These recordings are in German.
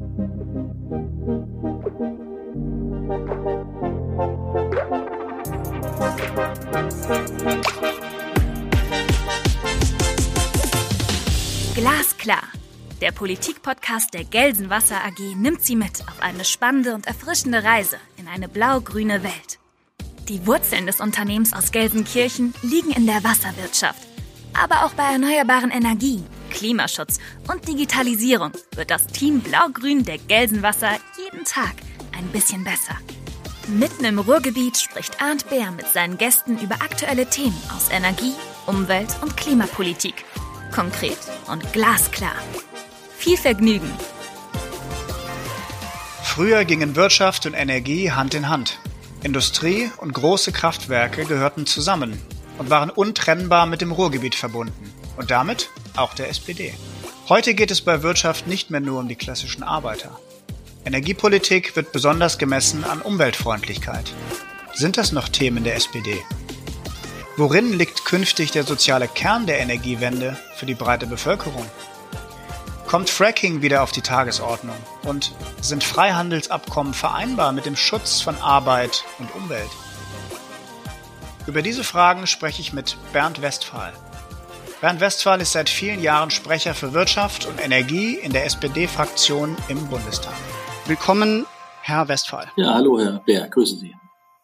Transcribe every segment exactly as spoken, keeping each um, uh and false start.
Glasklar. Der Politik-Podcast der Gelsenwasser A G nimmt Sie mit auf eine spannende und erfrischende Reise in eine blau-grüne Welt. Die Wurzeln des Unternehmens aus Gelsenkirchen liegen in der Wasserwirtschaft. Aber auch bei erneuerbaren Energien, Klimaschutz und Digitalisierung wird das Team Blau-Grün der Gelsenwasser jeden Tag ein bisschen besser. Mitten im Ruhrgebiet spricht Arndt Bär mit seinen Gästen über aktuelle Themen aus Energie, Umwelt und Klimapolitik. Konkret und glasklar. Viel Vergnügen! Früher gingen Wirtschaft und Energie Hand in Hand. Industrie und große Kraftwerke gehörten zusammen und waren untrennbar mit dem Ruhrgebiet verbunden und damit auch der S P D. Heute geht es bei Wirtschaft nicht mehr nur um die klassischen Arbeiter. Energiepolitik wird besonders gemessen an Umweltfreundlichkeit. Sind das noch Themen der S P D? Worin liegt künftig der soziale Kern der Energiewende für die breite Bevölkerung? Kommt Fracking wieder auf die Tagesordnung? Und sind Freihandelsabkommen vereinbar mit dem Schutz von Arbeit und Umwelt? Über diese Fragen spreche ich mit Bernd Westphal. Bernd Westphal ist seit vielen Jahren Sprecher für Wirtschaft und Energie in der S P D-Fraktion im Bundestag. Willkommen, Herr Westphal. Ja, hallo, Herr Bär, grüße Sie.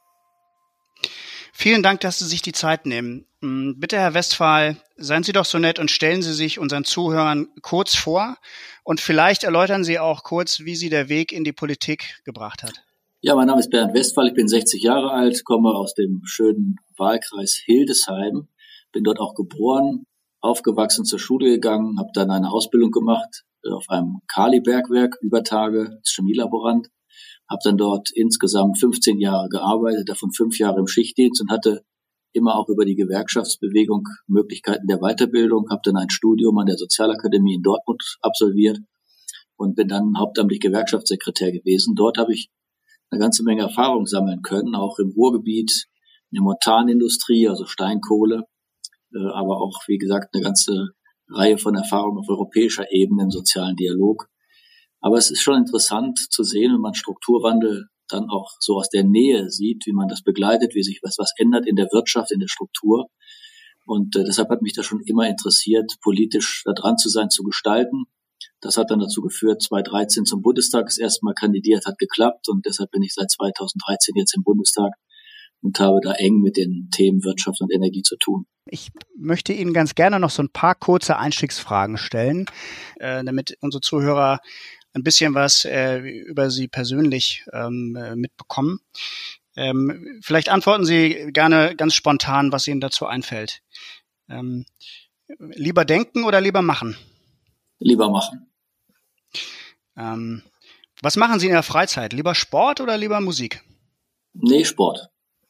Vielen Dank, dass Sie sich die Zeit nehmen. Bitte, Herr Westphal, seien Sie doch so nett und stellen Sie sich unseren Zuhörern kurz vor und vielleicht erläutern Sie auch kurz, wie Sie der Weg in die Politik gebracht hat. Ja, mein Name ist Bernd Westphal, ich bin sechzig Jahre alt, komme aus dem schönen Wahlkreis Hildesheim, bin dort auch geboren, aufgewachsen, zur Schule gegangen, habe dann eine Ausbildung gemacht auf einem Kalibergwerk, über Tage als Chemielaborant. Habe dann dort insgesamt fünfzehn Jahre gearbeitet, davon fünf Jahre im Schichtdienst und hatte immer auch über die Gewerkschaftsbewegung Möglichkeiten der Weiterbildung. Habe dann ein Studium an der Sozialakademie in Dortmund absolviert und bin dann hauptamtlich Gewerkschaftssekretär gewesen. Dort habe ich eine ganze Menge Erfahrung sammeln können, auch im Ruhrgebiet, in der Montanindustrie, also Steinkohle, aber auch, wie gesagt, eine ganze Reihe von Erfahrungen auf europäischer Ebene im sozialen Dialog. Aber es ist schon interessant zu sehen, wenn man Strukturwandel dann auch so aus der Nähe sieht, wie man das begleitet, wie sich was, was ändert in der Wirtschaft, in der Struktur. Und äh, deshalb hat mich das schon immer interessiert, politisch da dran zu sein, zu gestalten. Das hat dann dazu geführt, zweitausenddreizehn zum Bundestag das erste Mal kandidiert, hat geklappt. Und deshalb bin ich seit zweitausenddreizehn jetzt im Bundestag und habe da eng mit den Themen Wirtschaft und Energie zu tun. Ich möchte Ihnen ganz gerne noch so ein paar kurze Einstiegsfragen stellen, äh, damit unsere Zuhörer ein bisschen was äh, über Sie persönlich ähm, mitbekommen. Ähm, vielleicht antworten Sie gerne ganz spontan, was Ihnen dazu einfällt. Ähm, lieber denken oder lieber machen? Lieber machen. Ähm, was machen Sie in der Freizeit? Lieber Sport oder lieber Musik? Nee, Sport.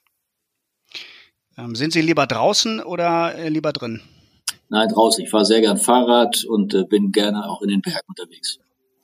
Ähm, sind Sie lieber draußen oder äh, lieber drin? Nein, draußen. Ich fahre sehr gern Fahrrad und äh, bin gerne auch in den Bergen unterwegs.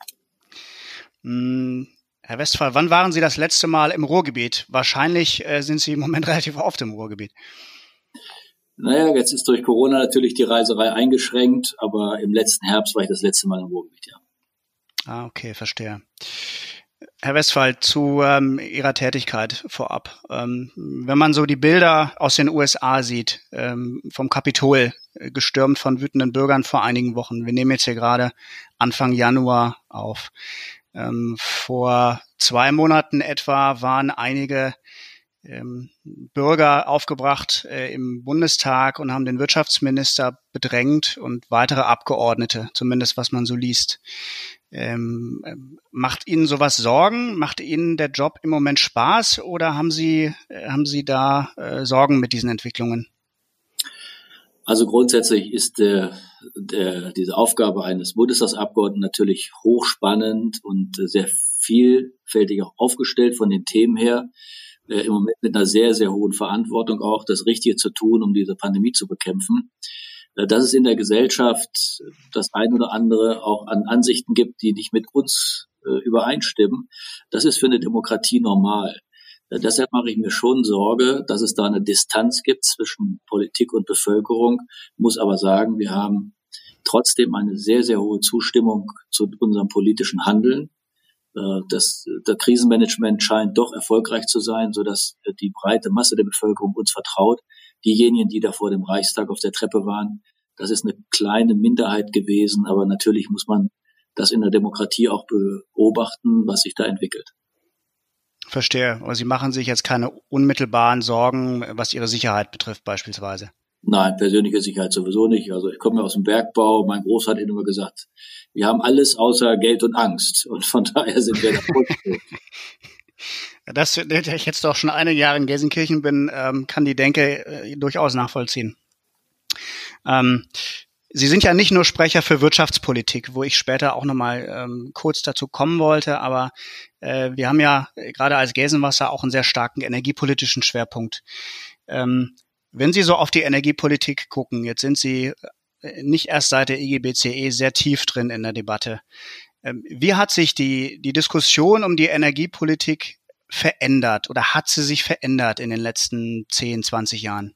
Herr Westphal, wann waren Sie das letzte Mal im Ruhrgebiet? Wahrscheinlich äh, sind Sie im Moment relativ oft im Ruhrgebiet. Naja, jetzt ist durch Corona natürlich die Reiserei eingeschränkt, aber im letzten Herbst war ich das letzte Mal im Ruhrgebiet, ja. Ah, okay, verstehe. Herr Westphal, zu ähm, Ihrer Tätigkeit vorab. Ähm, wenn man so die Bilder aus den U S A sieht, ähm, vom Kapitol, äh, gestürmt von wütenden Bürgern vor einigen Wochen. Wir nehmen jetzt hier gerade Anfang Januar auf. Ähm, vor zwei Monaten etwa waren einige ähm, Bürger aufgebracht äh, im Bundestag und haben den Wirtschaftsminister bedrängt und weitere Abgeordnete, zumindest was man so liest. Ähm, ähm, macht Ihnen sowas Sorgen? Macht Ihnen der Job im Moment Spaß oder haben Sie, äh, haben Sie da äh, Sorgen mit diesen Entwicklungen? Also grundsätzlich ist äh, der, diese Aufgabe eines Bundestagsabgeordneten natürlich hochspannend und äh, sehr vielfältig auch aufgestellt von den Themen her. Äh, Im Moment mit einer sehr, sehr hohen Verantwortung auch, das Richtige zu tun, um diese Pandemie zu bekämpfen. Äh, dass es in der Gesellschaft das ein oder andere auch an Ansichten gibt, die nicht mit uns äh, übereinstimmen, das ist für eine Demokratie normal. Deshalb mache ich mir schon Sorge, dass es da eine Distanz gibt zwischen Politik und Bevölkerung, muss aber sagen, wir haben trotzdem eine sehr, sehr hohe Zustimmung zu unserem politischen Handeln. Das, das Krisenmanagement scheint doch erfolgreich zu sein, sodass die breite Masse der Bevölkerung uns vertraut. Diejenigen, die da vor dem Reichstag auf der Treppe waren, das ist eine kleine Minderheit gewesen, aber natürlich muss man das in der Demokratie auch beobachten, was sich da entwickelt. Verstehe. Aber Sie machen sich jetzt keine unmittelbaren Sorgen, was Ihre Sicherheit betrifft beispielsweise? Nein, persönliche Sicherheit sowieso nicht. Also ich komme aus dem Bergbau. Mein Großvater hat immer gesagt, wir haben alles außer Geld und Angst. Und von daher sind wir da voll. Das, da ich jetzt doch schon einige Jahre in Gelsenkirchen bin, kann die Denke äh, durchaus nachvollziehen. Ähm, Sie sind ja nicht nur Sprecher für Wirtschaftspolitik, wo ich später auch nochmal ähm, kurz dazu kommen wollte, aber äh, wir haben ja gerade als Gelsenwasser auch einen sehr starken energiepolitischen Schwerpunkt. Ähm, Wenn Sie so auf die Energiepolitik gucken, jetzt sind Sie nicht erst seit der I G B C E sehr tief drin in der Debatte. Wie hat sich die, die Diskussion um die Energiepolitik verändert oder hat sie sich verändert in den letzten zehn, zwanzig Jahren?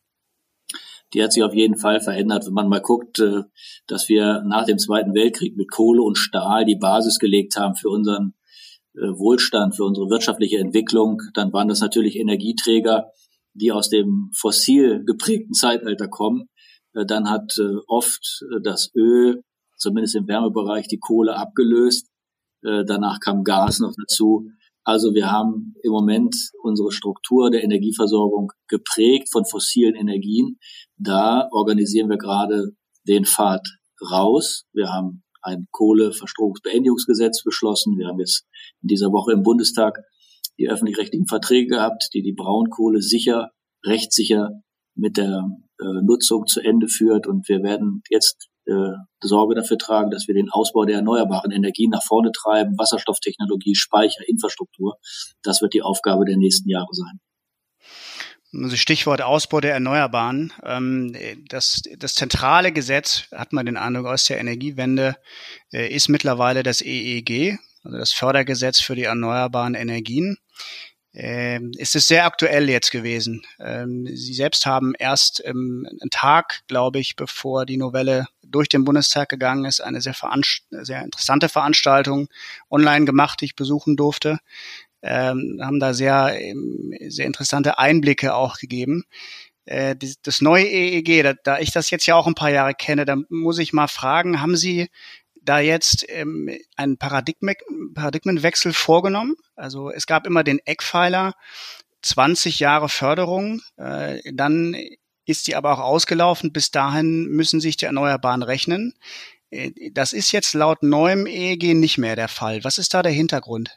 Die hat sich auf jeden Fall verändert. Wenn man mal guckt, dass wir nach dem Zweiten Weltkrieg mit Kohle und Stahl die Basis gelegt haben für unseren Wohlstand, für unsere wirtschaftliche Entwicklung, dann waren das natürlich Energieträger, die aus dem fossil geprägten Zeitalter kommen. Dann hat oft das Öl, zumindest im Wärmebereich, die Kohle abgelöst. Danach kam Gas noch dazu. Also wir haben im Moment unsere Struktur der Energieversorgung geprägt von fossilen Energien. Da organisieren wir gerade den Pfad raus. Wir haben ein Kohleverstromungsbeendigungsgesetz beschlossen. Wir haben jetzt in dieser Woche im Bundestag die öffentlich-rechtlichen Verträge gehabt, die die Braunkohle sicher, rechtssicher mit der äh, Nutzung zu Ende führt. Und wir werden jetzt äh, Sorge dafür tragen, dass wir den Ausbau der erneuerbaren Energien nach vorne treiben, Wasserstofftechnologie, Speicher, Infrastruktur. Das wird die Aufgabe der nächsten Jahre sein. Also Stichwort Ausbau der Erneuerbaren. Das, das zentrale Gesetz, hat man den Eindruck aus der Energiewende, ist mittlerweile das E E G, also das Fördergesetz für die erneuerbaren Energien. Ähm, es ist sehr aktuell jetzt gewesen. Ähm, Sie selbst haben erst ähm, einen Tag, glaube ich, bevor die Novelle durch den Bundestag gegangen ist, eine sehr, veranst- sehr interessante Veranstaltung online gemacht, die ich besuchen durfte. Ähm, haben da sehr, ähm, sehr interessante Einblicke auch gegeben. Äh, das, das neue E E G, da, da ich das jetzt ja auch ein paar Jahre kenne, da muss ich mal fragen, haben Sie da jetzt ähm, einen Paradigmen, Paradigmenwechsel vorgenommen? Also es gab immer den Eckpfeiler, zwanzig Jahre Förderung, äh, dann ist die aber auch ausgelaufen. Bis dahin müssen sich die Erneuerbaren rechnen. Äh, das ist jetzt laut neuem E E G nicht mehr der Fall. Was ist da der Hintergrund?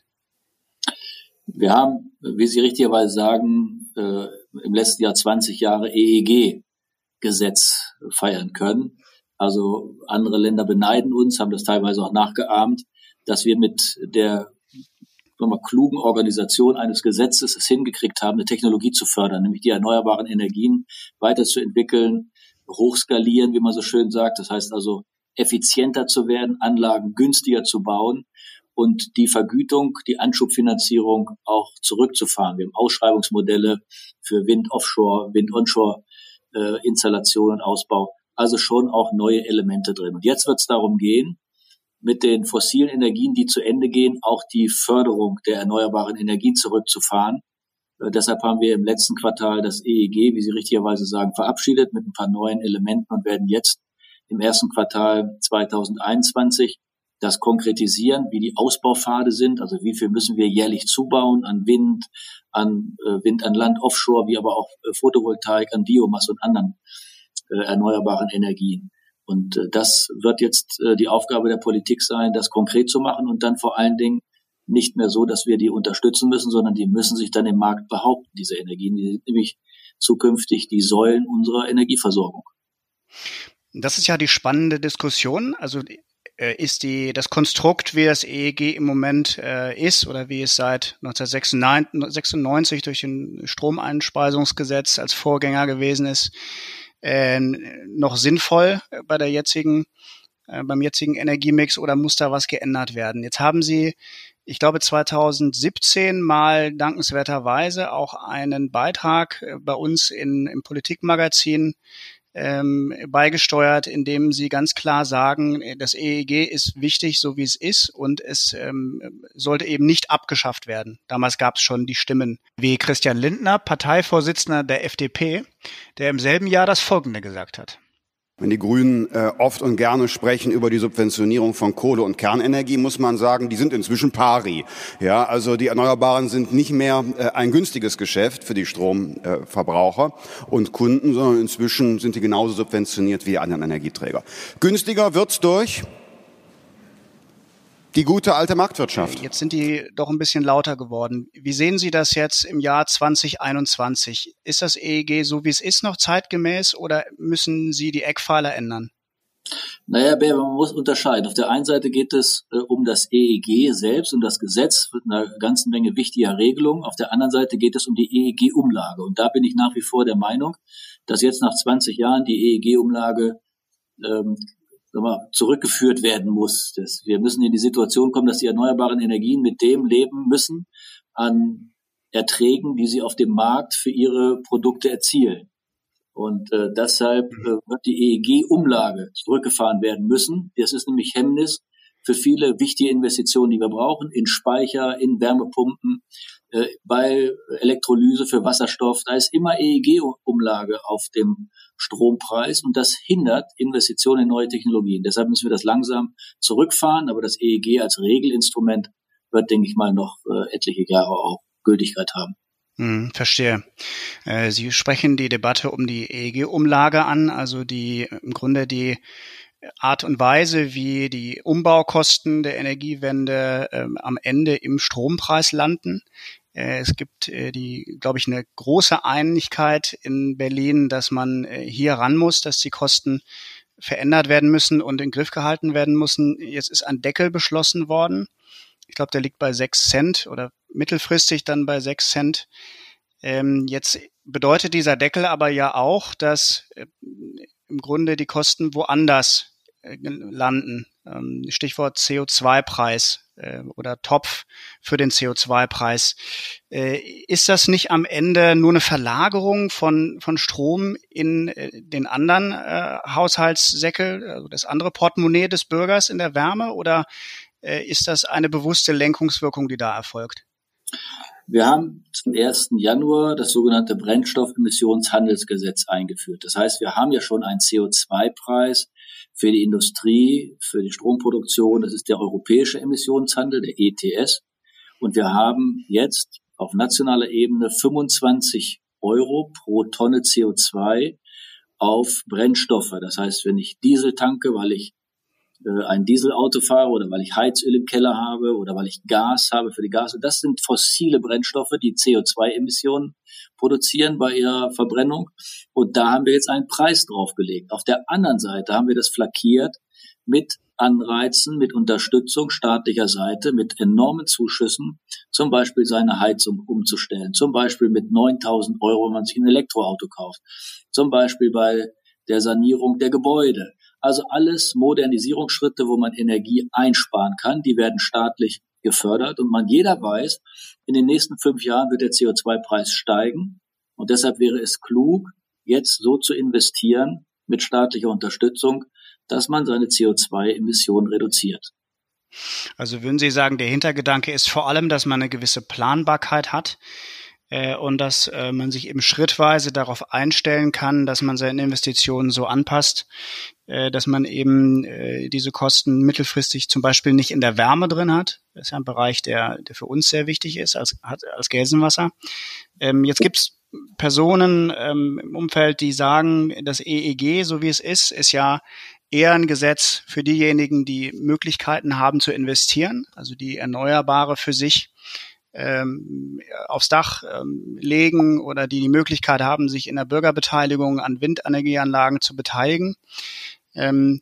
Wir haben, wie Sie richtigerweise sagen, äh, im letzten Jahr zwanzig Jahre E E G-Gesetz feiern können. Also andere Länder beneiden uns, haben das teilweise auch nachgeahmt, dass wir mit der sagen wir mal, klugen Organisation eines Gesetzes es hingekriegt haben, eine Technologie zu fördern, nämlich die erneuerbaren Energien weiterzuentwickeln, hochskalieren, wie man so schön sagt. Das heißt also, effizienter zu werden, Anlagen günstiger zu bauen und die Vergütung, die Anschubfinanzierung auch zurückzufahren. Wir haben Ausschreibungsmodelle für Wind-Offshore, Wind-Onshore-Installation und Ausbau. Also schon auch neue Elemente drin. Und jetzt wird es darum gehen, mit den fossilen Energien, die zu Ende gehen, auch die Förderung der erneuerbaren Energien zurückzufahren. Äh, deshalb haben wir im letzten Quartal das E E G, wie Sie richtigerweise sagen, verabschiedet mit ein paar neuen Elementen und werden jetzt im ersten Quartal zwanzig einundzwanzig das konkretisieren, wie die Ausbaupfade sind, also wie viel müssen wir jährlich zubauen an Wind, an äh, Wind an Land, Offshore, wie aber auch äh, Photovoltaik, an Biomasse und anderen erneuerbaren Energien. Und äh, das wird jetzt äh, die Aufgabe der Politik sein, das konkret zu machen und dann vor allen Dingen nicht mehr so, dass wir die unterstützen müssen, sondern die müssen sich dann im Markt behaupten, diese Energien. Die sind nämlich zukünftig die Säulen unserer Energieversorgung. Das ist ja die spannende Diskussion. Also äh, ist die das Konstrukt, wie das E E G im Moment äh, ist oder wie es seit neunzehnhundertsechsundneunzig durch den Stromeinspeisungsgesetz als Vorgänger gewesen ist, Äh, noch sinnvoll bei der jetzigen, äh, beim jetzigen Energiemix oder muss da was geändert werden? Jetzt haben Sie, ich glaube, zwanzig siebzehn mal dankenswerterweise auch einen Beitrag äh, bei uns in, im Politikmagazin ähm, beigesteuert, indem Sie ganz klar sagen, das E E G ist wichtig, so wie es ist, und es ähm, sollte eben nicht abgeschafft werden. Damals gab es schon die Stimmen wie Christian Lindner, Parteivorsitzender der F D P, der im selben Jahr das Folgende gesagt hat. Wenn die Grünen äh, oft und gerne sprechen über die Subventionierung von Kohle- und Kernenergie, muss man sagen, die sind inzwischen pari. Ja, also die Erneuerbaren sind nicht mehr äh, ein günstiges Geschäft für die Stromverbraucher äh, und Kunden, sondern inzwischen sind die genauso subventioniert wie die anderen Energieträger. Günstiger wird's durch die gute alte Marktwirtschaft. Jetzt sind die doch ein bisschen lauter geworden. Wie sehen Sie das jetzt im Jahr zwanzig einundzwanzig? Ist das E E G so, wie es ist, noch zeitgemäß, oder müssen Sie die Eckpfeiler ändern? Naja, Bär, man muss unterscheiden. Auf der einen Seite geht es äh, um das E E G selbst, um das Gesetz mit einer ganzen Menge wichtiger Regelungen. Auf der anderen Seite geht es um die E E G-Umlage. Und da bin ich nach wie vor der Meinung, dass jetzt nach zwanzig Jahren die E E G-Umlage ähm, zurückgeführt werden muss. Das, wir müssen in die Situation kommen, dass die erneuerbaren Energien mit dem leben müssen an Erträgen, die sie auf dem Markt für ihre Produkte erzielen. Und äh, deshalb äh, wird die E E G-Umlage zurückgefahren werden müssen. Das ist nämlich Hemmnis für viele wichtige Investitionen, die wir brauchen, in Speicher, in Wärmepumpen, äh, bei Elektrolyse für Wasserstoff. Da ist immer E E G-Umlage auf dem Strompreis, und das hindert Investitionen in neue Technologien. Deshalb müssen wir das langsam zurückfahren, aber das E E G als Regelinstrument wird, denke ich mal, noch äh, etliche Jahre auch Gültigkeit haben. Hm, verstehe. Äh, Sie sprechen die Debatte um die E E G-Umlage an, also die im Grunde die Art und Weise, wie die Umbaukosten der Energiewende äh, am Ende im Strompreis landen. Äh, es gibt äh, die, glaube ich, eine große Einigkeit in Berlin, dass man äh, hier ran muss, dass die Kosten verändert werden müssen und in den Griff gehalten werden müssen. Jetzt ist ein Deckel beschlossen worden. Ich glaube, der liegt bei sechs Cent oder mittelfristig dann bei sechs Cent. Ähm, jetzt bedeutet dieser Deckel aber ja auch, dass äh, im Grunde die Kosten woanders äh, landen. Ähm, Stichwort C O zwei Preis äh, oder Topf für den C O zwei Preis. Äh, ist das nicht am Ende nur eine Verlagerung von von Strom in äh, den anderen äh, Haushaltssäckel, also das andere Portemonnaie des Bürgers in der Wärme, oder äh, ist das eine bewusste Lenkungswirkung, die da erfolgt? Wir haben zum ersten Januar das sogenannte Brennstoffemissionshandelsgesetz eingeführt. Das heißt, wir haben ja schon einen C O zwei Preis für die Industrie, für die Stromproduktion. Das ist der europäische Emissionshandel, der E T S. Und wir haben jetzt auf nationaler Ebene fünfundzwanzig Euro pro Tonne C O zwei auf Brennstoffe. Das heißt, wenn ich Diesel tanke, weil ich ein Dieselauto fahre oder weil ich Heizöl im Keller habe oder weil ich Gas habe für die Gase. Das sind fossile Brennstoffe, die C O zwei Emissionen produzieren bei ihrer Verbrennung. Und da haben wir jetzt einen Preis draufgelegt. Auf der anderen Seite haben wir das flankiert mit Anreizen, mit Unterstützung staatlicher Seite, mit enormen Zuschüssen, zum Beispiel seine Heizung umzustellen, zum Beispiel mit neuntausend Euro, wenn man sich ein Elektroauto kauft, zum Beispiel bei der Sanierung der Gebäude. Also alles Modernisierungsschritte, wo man Energie einsparen kann, die werden staatlich gefördert. Und man jeder weiß, in den nächsten fünf Jahren wird der C O zwei Preis steigen. Und deshalb wäre es klug, jetzt so zu investieren mit staatlicher Unterstützung, dass man seine C O zwei Emissionen reduziert. Also würden Sie sagen, der Hintergedanke ist vor allem, dass man eine gewisse Planbarkeit hat, und dass äh, man sich eben schrittweise darauf einstellen kann, dass man seine Investitionen so anpasst, äh, dass man eben äh, diese Kosten mittelfristig zum Beispiel nicht in der Wärme drin hat. Das ist ja ein Bereich, der, der für uns sehr wichtig ist als, als Gelsenwasser. Ähm, jetzt gibt's Personen ähm, im Umfeld, die sagen, das E E G, so wie es ist, ist ja eher ein Gesetz für diejenigen, die Möglichkeiten haben zu investieren, also die Erneuerbare für sich Ähm, aufs Dach ähm, legen oder die die Möglichkeit haben, sich in der Bürgerbeteiligung an Windenergieanlagen zu beteiligen. Ähm,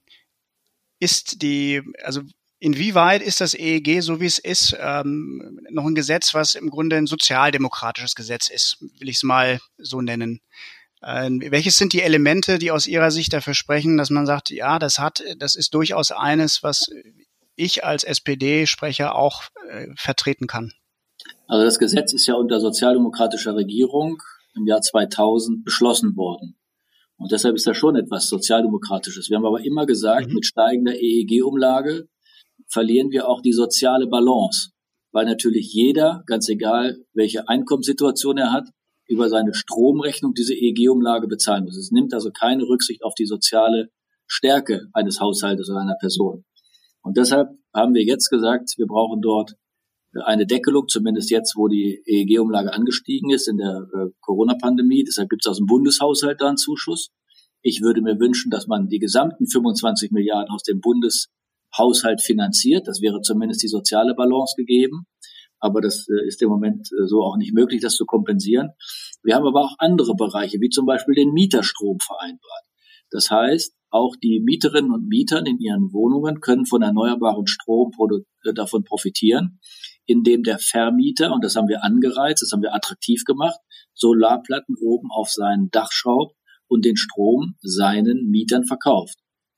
ist die, also inwieweit ist das E E G, so wie es ist, ähm, noch ein Gesetz, was im Grunde ein sozialdemokratisches Gesetz ist, will ich es mal so nennen? Ähm, welches sind die Elemente, die aus Ihrer Sicht dafür sprechen, dass man sagt, ja, das hat, das ist durchaus eines, was ich als S P D-Sprecher auch äh, vertreten kann? Also das Gesetz ist ja unter sozialdemokratischer Regierung im Jahr zweitausend beschlossen worden. Und deshalb ist das schon etwas Sozialdemokratisches. Wir haben aber immer gesagt, mhm. mit steigender E E G-Umlage verlieren wir auch die soziale Balance, weil natürlich jeder, ganz egal welche Einkommenssituation er hat, über seine Stromrechnung diese E E G-Umlage bezahlen muss. Es nimmt also keine Rücksicht auf die soziale Stärke eines Haushaltes oder einer Person. Und deshalb haben wir jetzt gesagt, wir brauchen dort eine Deckelung, zumindest jetzt, wo die E E G-Umlage angestiegen ist in der äh, Corona-Pandemie. Deshalb gibt es aus dem Bundeshaushalt da einen Zuschuss. Ich würde mir wünschen, dass man die gesamten fünfundzwanzig Milliarden aus dem Bundeshaushalt finanziert. Das wäre zumindest die soziale Balance gegeben. Aber das äh, ist im Moment äh, so auch nicht möglich, das zu kompensieren. Wir haben aber auch andere Bereiche, wie zum Beispiel den Mieterstrom vereinbart. Das heißt, auch die Mieterinnen und Mieter in ihren Wohnungen können von erneuerbaren Strom produ- äh, davon profitieren, indem der Vermieter, und das haben wir angereizt, das haben wir attraktiv gemacht, Solarplatten oben auf sein Dach schraubt und den Strom seinen Mietern verkauft.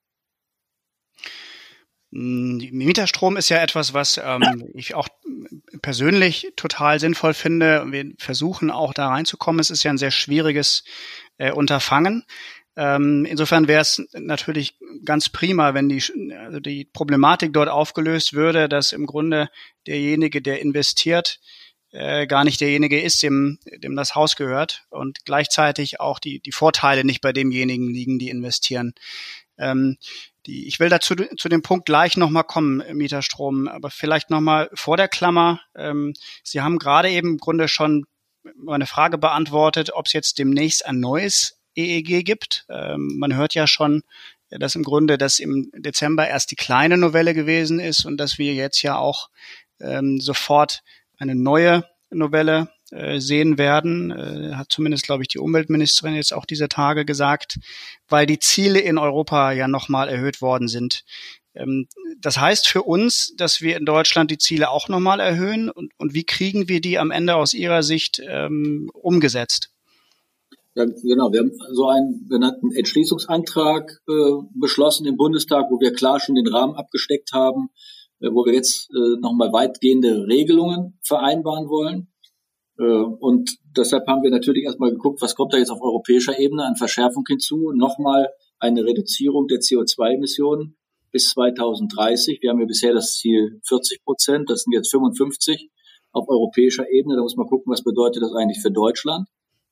Mieterstrom ist ja etwas, was ähm, ich auch persönlich total sinnvoll finde. Wir versuchen auch da reinzukommen. Es ist ja ein sehr schwieriges äh, Unterfangen. Ähm, insofern wäre es natürlich ganz prima, wenn die, also die Problematik dort aufgelöst würde, dass im Grunde derjenige, der investiert, äh, gar nicht derjenige ist, dem, dem das Haus gehört, und gleichzeitig auch die, die Vorteile nicht bei demjenigen liegen, die investieren. Ähm, die, ich will dazu zu dem Punkt gleich nochmal kommen, Mieterstrom, aber vielleicht nochmal vor der Klammer. Ähm, Sie haben gerade eben im Grunde schon meine Frage beantwortet, ob es jetzt demnächst ein neues E E G gibt. Ähm, man hört ja schon, dass im Grunde das im Dezember erst die kleine Novelle gewesen ist und dass wir jetzt ja auch ähm, sofort eine neue Novelle äh, sehen werden, äh, hat zumindest, glaube ich, die Umweltministerin jetzt auch dieser Tage gesagt, weil die Ziele in Europa ja nochmal erhöht worden sind. Ähm, das heißt für uns, dass wir in Deutschland die Ziele auch nochmal erhöhen, und, und wie kriegen wir die am Ende aus Ihrer Sicht ähm, umgesetzt? Ja, genau, wir haben so einen genannten Entschließungsantrag äh, beschlossen im Bundestag, wo wir klar schon den Rahmen abgesteckt haben, äh, wo wir jetzt äh, nochmal weitgehende Regelungen vereinbaren wollen. Äh, und deshalb haben wir natürlich erstmal geguckt, was kommt da jetzt auf europäischer Ebene an Verschärfung hinzu. Nochmal eine Reduzierung der C O zwei Emissionen bis zweitausenddreißig. Wir haben ja bisher das Ziel vierzig Prozent, das sind jetzt fünfundfünfzig auf europäischer Ebene. Da muss man gucken, was bedeutet das eigentlich für Deutschland.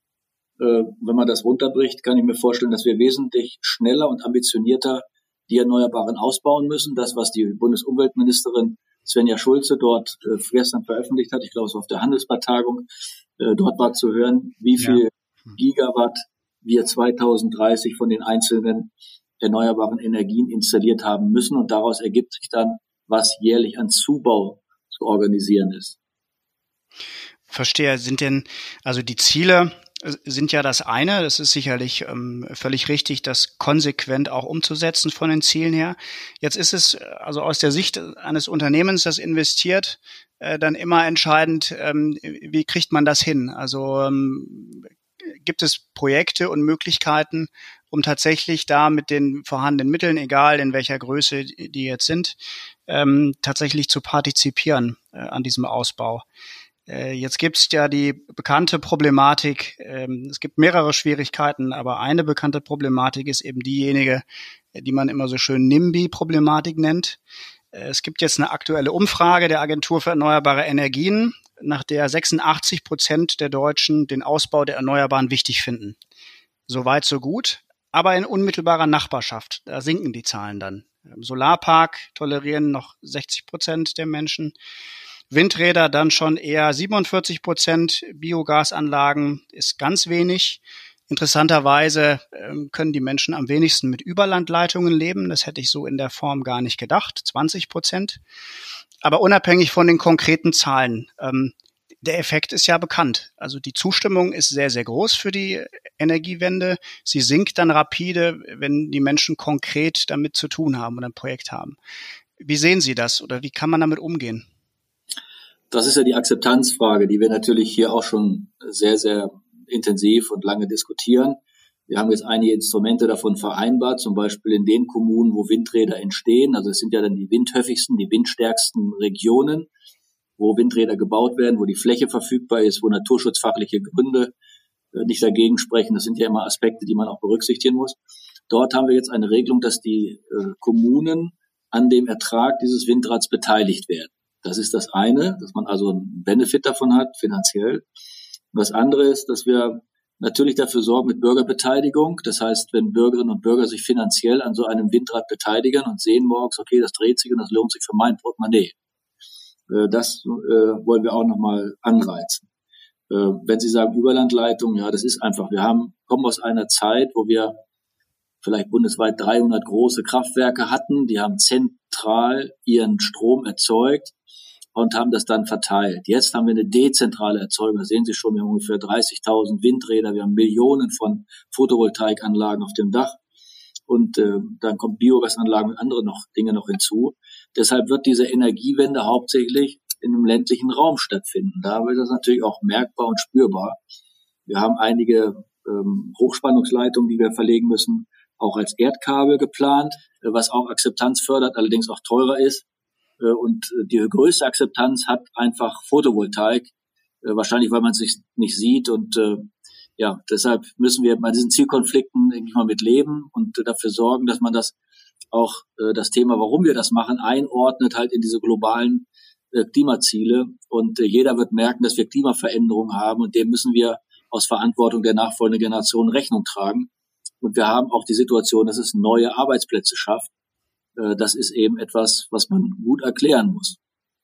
Wenn man das runterbricht, kann ich mir vorstellen, dass wir wesentlich schneller und ambitionierter die Erneuerbaren ausbauen müssen. Das, was die Bundesumweltministerin Svenja Schulze dort äh, gestern veröffentlicht hat, ich glaube, es war auf der Handelsblatt-Tagung, äh, dort war zu hören, wie viel ja. Gigawatt wir zweitausenddreißig von den einzelnen erneuerbaren Energien installiert haben müssen. Und daraus ergibt sich dann, was jährlich an Zubau zu organisieren ist. Verstehe. Sind denn also die Ziele sind ja das eine, das ist sicherlich ähm, völlig richtig, das konsequent auch umzusetzen von den Zielen her. Jetzt ist es also aus der Sicht eines Unternehmens, das investiert, äh, dann immer entscheidend, ähm, wie kriegt man das hin? Also ähm, gibt es Projekte und Möglichkeiten, um tatsächlich da mit den vorhandenen Mitteln, egal in welcher Größe die jetzt sind, ähm, tatsächlich zu partizipieren äh, an diesem Ausbau. Jetzt gibt es ja die bekannte Problematik, ähm, es gibt mehrere Schwierigkeiten, aber eine bekannte Problematik ist eben diejenige, die man immer so schön NIMBY-Problematik nennt. Äh, es gibt jetzt eine aktuelle Umfrage der Agentur für erneuerbare Energien, nach der sechsundachtzig Prozent der Deutschen den Ausbau der Erneuerbaren wichtig finden. Soweit, so gut, aber in unmittelbarer Nachbarschaft, da sinken die Zahlen dann. Im Solarpark tolerieren noch sechzig Prozent der Menschen. Windräder dann schon eher siebenundvierzig Prozent, Biogasanlagen ist ganz wenig. Interessanterweise ähm, können die Menschen am wenigsten mit Überlandleitungen leben. Das hätte ich so in der Form gar nicht gedacht, zwanzig Prozent. Aber unabhängig von den konkreten Zahlen, ähm, der Effekt ist ja bekannt. Also die Zustimmung ist sehr, sehr groß für die Energiewende. Sie sinkt dann rapide, wenn die Menschen konkret damit zu tun haben oder ein Projekt haben. Wie sehen Sie das oder wie kann man damit umgehen? Das ist ja die Akzeptanzfrage, die wir natürlich hier auch schon sehr, sehr intensiv und lange diskutieren. Wir haben jetzt einige Instrumente davon vereinbart, zum Beispiel in den Kommunen, wo Windräder entstehen. Also es sind ja dann die windhöfigsten, die windstärksten Regionen, wo Windräder gebaut werden, wo die Fläche verfügbar ist, wo naturschutzfachliche Gründe nicht dagegen sprechen. Das sind ja immer Aspekte, die man auch berücksichtigen muss. Dort haben wir jetzt eine Regelung, dass die äh, Kommunen an dem Ertrag dieses Windrads beteiligt werden. Das ist das eine, dass man also einen Benefit davon hat, finanziell. Und das andere ist, dass wir natürlich dafür sorgen mit Bürgerbeteiligung. Das heißt, wenn Bürgerinnen und Bürger sich finanziell an so einem Windrad beteiligen und sehen morgens, okay, das dreht sich und das lohnt sich für mein Portemonnaie. Äh, das äh, wollen wir auch nochmal anreizen. Äh, wenn Sie sagen Überlandleitung, ja, das ist einfach, wir haben, kommen aus einer Zeit, wo wir vielleicht bundesweit dreihundert große Kraftwerke hatten, die haben zentral ihren Strom erzeugt und haben das dann verteilt. Jetzt haben wir eine dezentrale Erzeugung, da sehen Sie schon, wir haben ungefähr dreißigtausend Windräder, wir haben Millionen von Photovoltaikanlagen auf dem Dach und äh, dann kommt Biogasanlagen und andere noch Dinge noch hinzu. Deshalb wird diese Energiewende hauptsächlich in einem ländlichen Raum stattfinden. Da wird das natürlich auch merkbar und spürbar. Wir haben einige ähm, Hochspannungsleitungen, die wir verlegen müssen, auch als Erdkabel geplant, was auch Akzeptanz fördert, allerdings auch teurer ist. Und die größte Akzeptanz hat einfach Photovoltaik, wahrscheinlich weil man es sich nicht sieht. Und ja, deshalb müssen wir bei diesen Zielkonflikten, denke ich mal, mit leben und dafür sorgen, dass man das auch das Thema, warum wir das machen, einordnet halt in diese globalen Klimaziele. Und jeder wird merken, dass wir Klimaveränderungen haben und dem müssen wir aus Verantwortung der nachfolgenden Generation Rechnung tragen. Und wir haben auch die Situation, dass es neue Arbeitsplätze schafft. Das ist eben etwas, was man gut erklären muss.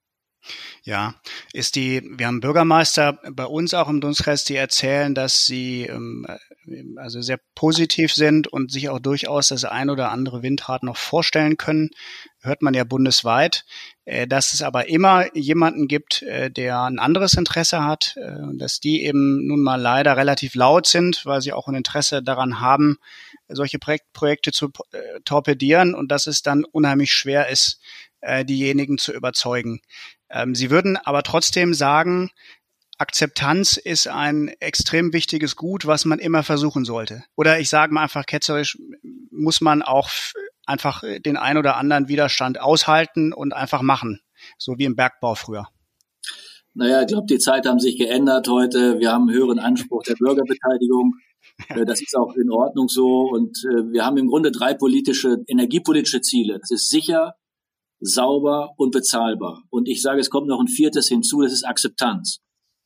Ja, ist die, wir haben Bürgermeister bei uns auch im Dunstkreis, die erzählen, dass sie ähm, also sehr positiv sind und sich auch durchaus das ein oder andere Windrad noch vorstellen können. Hört man ja bundesweit, äh, dass es aber immer jemanden gibt, äh, der ein anderes Interesse hat, äh, dass die eben nun mal leider relativ laut sind, weil sie auch ein Interesse daran haben, solche Projek- Projekte zu äh, torpedieren und dass es dann unheimlich schwer ist, äh, diejenigen zu überzeugen. Ähm, sie würden aber trotzdem sagen, Akzeptanz ist ein extrem wichtiges Gut, was man immer versuchen sollte. Oder ich sage mal einfach ketzerisch, muss man auch f- einfach den ein oder anderen Widerstand aushalten und einfach machen, so wie im Bergbau früher. Naja, ich glaube, die Zeiten haben sich geändert heute. Wir haben einen höheren Anspruch der Bürgerbeteiligung. Das ist auch in Ordnung so. Und wir haben im Grunde drei politische, energiepolitische Ziele. Das ist sicher, sauber und bezahlbar. Und ich sage, es kommt noch ein viertes hinzu, das ist Akzeptanz.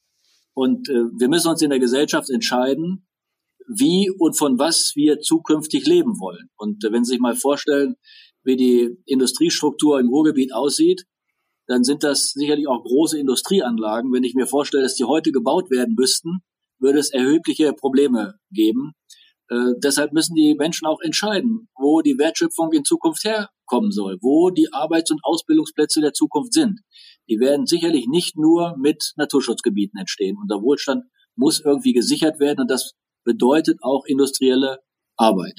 Und äh, wir müssen uns in der Gesellschaft entscheiden, wie und von was wir zukünftig leben wollen. Und äh, wenn Sie sich mal vorstellen, wie die Industriestruktur im Ruhrgebiet aussieht, dann sind das sicherlich auch große Industrieanlagen. Wenn ich mir vorstelle, dass die heute gebaut werden müssten, würde es erhebliche Probleme geben. Äh, deshalb müssen die Menschen auch entscheiden, wo die Wertschöpfung in Zukunft herkommen soll, wo die Arbeits- und Ausbildungsplätze der Zukunft sind. Die werden sicherlich nicht nur mit Naturschutzgebieten entstehen. Und der Wohlstand muss irgendwie gesichert werden. Und das bedeutet auch industrielle Arbeit.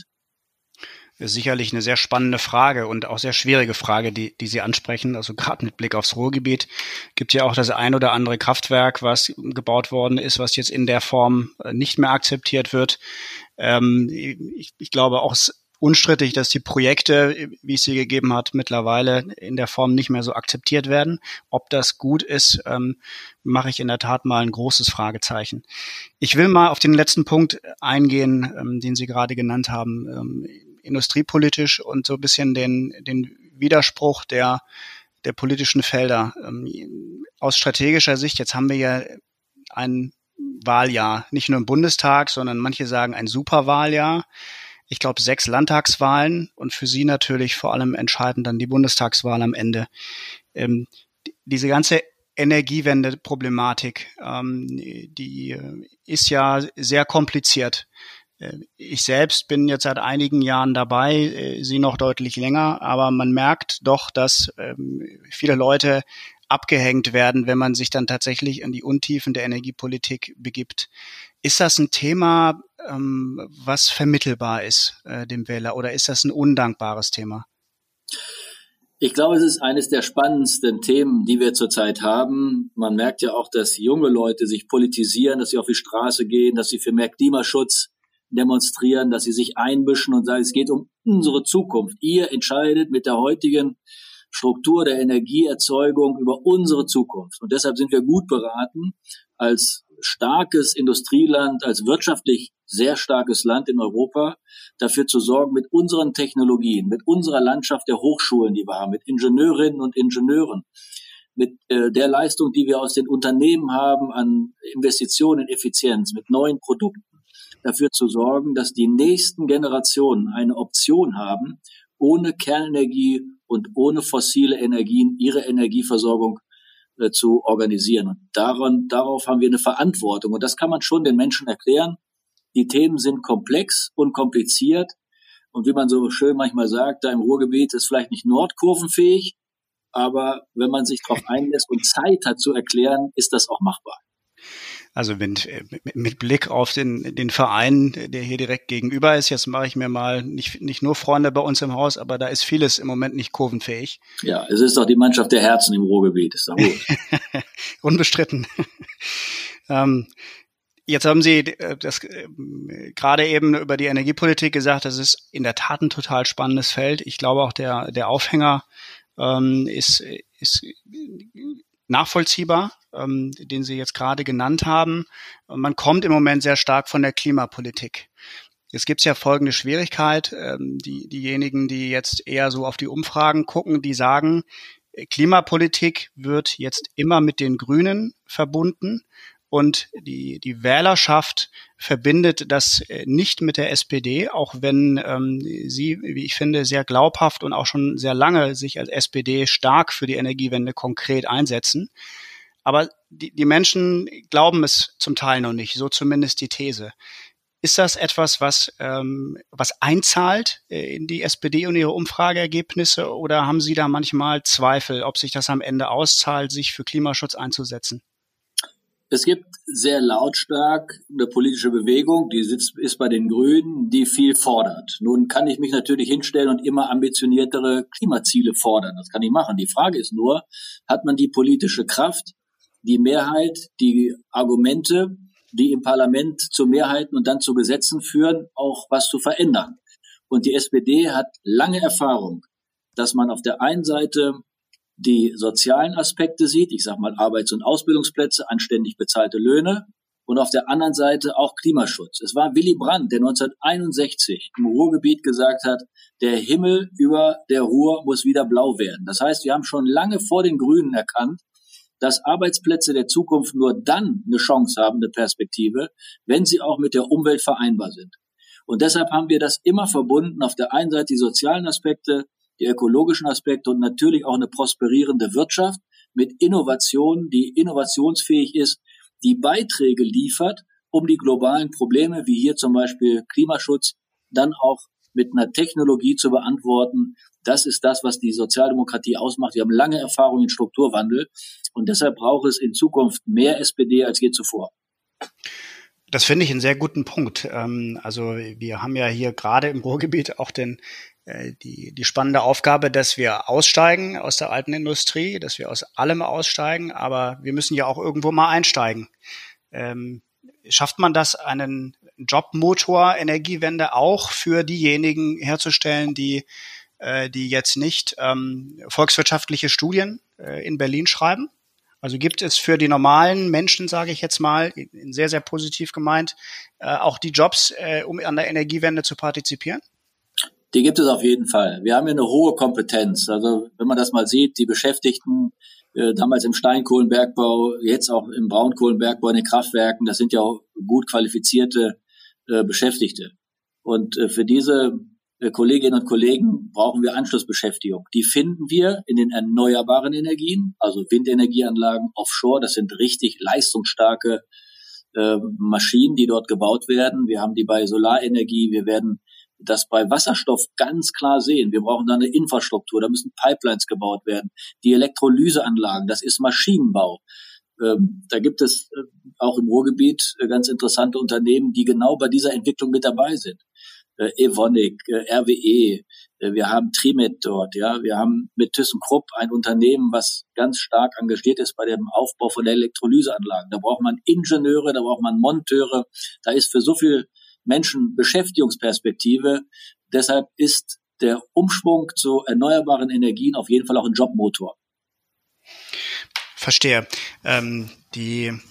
Das ist sicherlich eine sehr spannende Frage und auch sehr schwierige Frage, die, die Sie ansprechen. Also gerade mit Blick aufs Ruhrgebiet gibt ja auch das ein oder andere Kraftwerk, was gebaut worden ist, was jetzt in der Form nicht mehr akzeptiert wird. Ähm, ich, ich glaube auch, es ist unstrittig, dass die Projekte, wie es sie gegeben hat, mittlerweile in der Form nicht mehr so akzeptiert werden. Ob das gut ist, ähm, mache ich in der Tat mal ein großes Fragezeichen. Ich will mal auf den letzten Punkt eingehen, ähm, den Sie gerade genannt haben, ähm, industriepolitisch und so ein bisschen den, den Widerspruch der, der politischen Felder. Ähm, aus strategischer Sicht, jetzt haben wir ja ein Wahljahr, nicht nur im Bundestag, sondern manche sagen ein Superwahljahr. Ich glaube, sechs Landtagswahlen und für Sie natürlich vor allem entscheidend dann die Bundestagswahl am Ende. Ähm, diese ganze Energiewende-Problematik, ähm, die ist ja sehr kompliziert. Ich selbst bin jetzt seit einigen Jahren dabei, Sie noch deutlich länger, aber man merkt doch, dass ähm, viele Leute abgehängt werden, wenn man sich dann tatsächlich in die Untiefen der Energiepolitik begibt. Ist das ein Thema, ähm, was vermittelbar ist äh, dem Wähler, oder ist das ein undankbares Thema? Ich glaube, es ist eines der spannendsten Themen, die wir zurzeit haben. Man merkt ja auch, dass junge Leute sich politisieren, dass sie auf die Straße gehen, dass sie für mehr Klimaschutz demonstrieren, dass sie sich einmischen und sagen, es geht um unsere Zukunft. Ihr entscheidet mit der heutigen Struktur der Energieerzeugung über unsere Zukunft. Und deshalb sind wir gut beraten, als starkes Industrieland, als wirtschaftlich sehr starkes Land in Europa dafür zu sorgen, mit unseren Technologien, mit unserer Landschaft der Hochschulen, die wir haben, mit Ingenieurinnen und Ingenieuren, mit äh, der Leistung, die wir aus den Unternehmen haben an Investitionen in Effizienz, mit neuen Produkten, dafür zu sorgen, dass die nächsten Generationen eine Option haben, ohne Kernenergie und ohne fossile Energien ihre Energieversorgung äh, zu organisieren. Und daran, darauf haben wir eine Verantwortung. Und das kann man schon den Menschen erklären. Die Themen sind komplex und kompliziert. Und wie man so schön manchmal sagt, da im Ruhrgebiet ist vielleicht nicht nordkurvenfähig, aber wenn man sich darauf einlässt und Zeit hat zu erklären, ist das auch machbar. Also mit, mit Blick auf den, den Verein, der hier direkt gegenüber ist, jetzt mache ich mir mal nicht, nicht nur Freunde bei uns im Haus, aber da ist vieles im Moment nicht kurvenfähig. Ja, es ist doch die Mannschaft der Herzen im Ruhrgebiet, ist doch gut. Unbestritten. ähm, Jetzt haben Sie das äh, gerade eben über die Energiepolitik gesagt, das ist in der Tat ein total spannendes Feld. Ich glaube auch der, der Aufhänger ähm, ist, ist nachvollziehbar, ähm, den Sie jetzt gerade genannt haben. Man kommt im Moment sehr stark von der Klimapolitik. Jetzt gibt's ja folgende Schwierigkeit. Ähm, die, diejenigen, die jetzt eher so auf die Umfragen gucken, die sagen, Klimapolitik wird jetzt immer mit den Grünen verbunden. Und die, die Wählerschaft verbindet das nicht mit der S P D, auch wenn ähm, sie, wie ich finde, sehr glaubhaft und auch schon sehr lange sich als S P D stark für die Energiewende konkret einsetzen. Aber die, die Menschen glauben es zum Teil noch nicht, so zumindest die These. Ist das etwas, was, ähm, was einzahlt in die S P D und ihre Umfrageergebnisse, oder haben Sie da manchmal Zweifel, ob sich das am Ende auszahlt, sich für Klimaschutz einzusetzen? Es gibt sehr lautstark eine politische Bewegung, die sitzt, ist bei den Grünen, die viel fordert. Nun kann ich mich natürlich hinstellen und immer ambitioniertere Klimaziele fordern. Das kann ich machen. Die Frage ist nur, hat man die politische Kraft, die Mehrheit, die Argumente, die im Parlament zu Mehrheiten und dann zu Gesetzen führen, auch was zu verändern? Und die S P D hat lange Erfahrung, dass man auf der einen Seite die sozialen Aspekte sieht, ich sage mal Arbeits- und Ausbildungsplätze, anständig bezahlte Löhne, und auf der anderen Seite auch Klimaschutz. Es war Willy Brandt, der neunzehnhunderteinundsechzig im Ruhrgebiet gesagt hat, der Himmel über der Ruhr muss wieder blau werden. Das heißt, wir haben schon lange vor den Grünen erkannt, dass Arbeitsplätze der Zukunft nur dann eine Chance haben, eine Perspektive, wenn sie auch mit der Umwelt vereinbar sind. Und deshalb haben wir das immer verbunden, auf der einen Seite die sozialen Aspekte, die ökologischen Aspekte und natürlich auch eine prosperierende Wirtschaft mit Innovation, die innovationsfähig ist, die Beiträge liefert, um die globalen Probleme, wie hier zum Beispiel Klimaschutz, dann auch mit einer Technologie zu beantworten. Das ist das, was die Sozialdemokratie ausmacht. Wir haben lange Erfahrung in Strukturwandel und deshalb braucht es in Zukunft mehr S P D als je zuvor. Das finde ich einen sehr guten Punkt. Also wir haben ja hier gerade im Ruhrgebiet auch den die die spannende Aufgabe, dass wir aussteigen aus der alten Industrie, dass wir aus allem aussteigen, aber wir müssen ja auch irgendwo mal einsteigen. Ähm, schafft man das, einen Jobmotor Energiewende auch für diejenigen herzustellen, die äh, die jetzt nicht ähm, volkswirtschaftliche Studien äh, in Berlin schreiben? Also gibt es für die normalen Menschen, sage ich jetzt mal, sehr, sehr positiv gemeint, äh, auch die Jobs, äh, um an der Energiewende zu partizipieren? Die gibt es auf jeden Fall. Wir haben ja eine hohe Kompetenz. Also wenn man das mal sieht, die Beschäftigten äh, damals im Steinkohlenbergbau, jetzt auch im Braunkohlenbergbau in den Kraftwerken, das sind ja auch gut qualifizierte äh, Beschäftigte. Und äh, für diese äh, Kolleginnen und Kollegen brauchen wir Anschlussbeschäftigung. Die finden wir in den erneuerbaren Energien, also Windenergieanlagen, Offshore. Das sind richtig leistungsstarke äh, Maschinen, die dort gebaut werden. Wir haben die bei Solarenergie. Wir werden das bei Wasserstoff ganz klar sehen. Wir brauchen da eine Infrastruktur, da müssen Pipelines gebaut werden. Die Elektrolyseanlagen, das ist Maschinenbau. Ähm, da gibt es äh, auch im Ruhrgebiet äh, ganz interessante Unternehmen, die genau bei dieser Entwicklung mit dabei sind. Äh, Evonik, äh, R W E, äh, wir haben Trimet dort, ja, wir haben mit ThyssenKrupp ein Unternehmen, was ganz stark engagiert ist bei dem Aufbau von Elektrolyseanlagen. Da braucht man Ingenieure, da braucht man Monteure, da ist für so viel Menschen Beschäftigungsperspektive. Deshalb ist der Umschwung zu erneuerbaren Energien auf jeden Fall auch ein Jobmotor. Verstehe. Ähm, die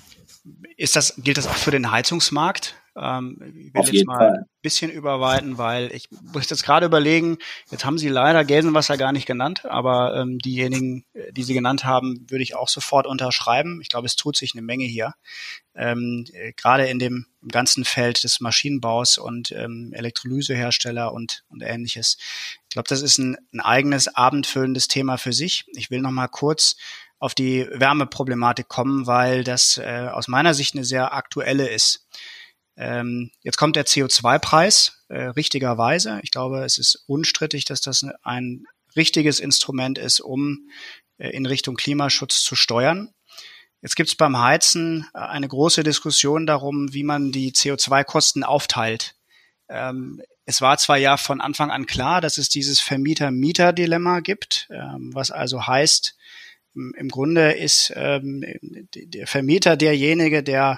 ist das, gilt das auch für den Heizungsmarkt? Ähm, ich will Auf jetzt jeden mal Fall. ein bisschen überweiten, weil ich muss jetzt gerade überlegen, jetzt haben Sie leider Gelsenwasser gar nicht genannt, aber ähm, diejenigen, die Sie genannt haben, würde ich auch sofort unterschreiben. Ich glaube, es tut sich eine Menge hier. Ähm, äh, gerade in dem im ganzen Feld des Maschinenbaus und ähm, Elektrolysehersteller und, und Ähnliches. Ich glaube, das ist ein, ein eigenes, abendfüllendes Thema für sich. Ich will noch mal kurz auf die Wärmeproblematik kommen, weil das äh, aus meiner Sicht eine sehr aktuelle ist. Ähm, jetzt kommt der C O zwei Preis, äh, richtigerweise. Ich glaube, es ist unstrittig, dass das ein richtiges Instrument ist, um äh, in Richtung Klimaschutz zu steuern. Jetzt gibt es beim Heizen äh, eine große Diskussion darum, wie man die C O zwei Kosten aufteilt. Ähm, es war zwar ja von Anfang an klar, dass es dieses Vermieter-Mieter-Dilemma gibt, ähm, was also heißt, im Grunde ist ähm, der Vermieter derjenige, der